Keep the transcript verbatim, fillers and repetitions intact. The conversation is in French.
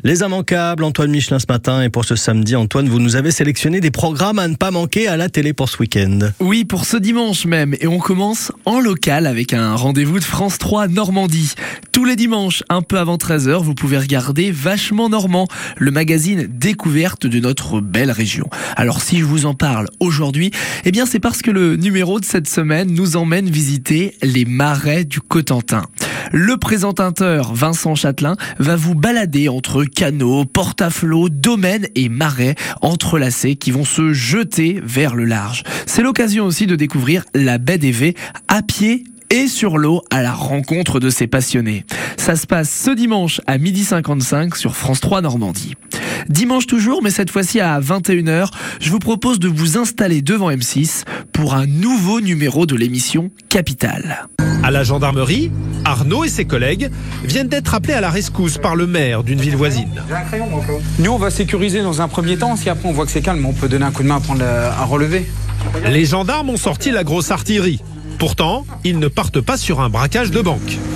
Les immanquables, Antoine Michelin ce matin. Et pour ce samedi, Antoine, vous nous avez sélectionné des programmes à ne pas manquer à la télé pour ce week-end. Oui, pour ce dimanche même. Et on commence en local avec un rendez-vous de France trois Normandie. Tous les dimanches, un peu avant treize heures, vous pouvez regarder Vachement Normand, le magazine découverte de notre belle région. Alors si je vous en parle aujourd'hui, eh bien c'est parce que le numéro de cette semaine nous emmène visiter les marais du Cotentin. Le présentateur Vincent Châtelain va vous balader entre canaux, porte-à-flot, domaines et marais entrelacés qui vont se jeter vers le large. C'est l'occasion aussi de découvrir la baie d'Évé à pied et sur l'eau à la rencontre de ces passionnés. Ça se passe ce dimanche à midi cinquante-cinq sur France trois Normandie. Dimanche toujours, mais cette fois-ci à vingt et une heures, je vous propose de vous installer devant M six pour un nouveau numéro de l'émission Capitale. À la gendarmerie, Arnaud et ses collègues viennent d'être appelés à la rescousse par le maire d'une ville voisine. Nous, on va sécuriser dans un premier temps. Si après on voit que c'est calme, on peut donner un coup de main à, prendre la, à relever. Les gendarmes ont sorti la grosse artillerie. Pourtant, ils ne partent pas sur un braquage de banque.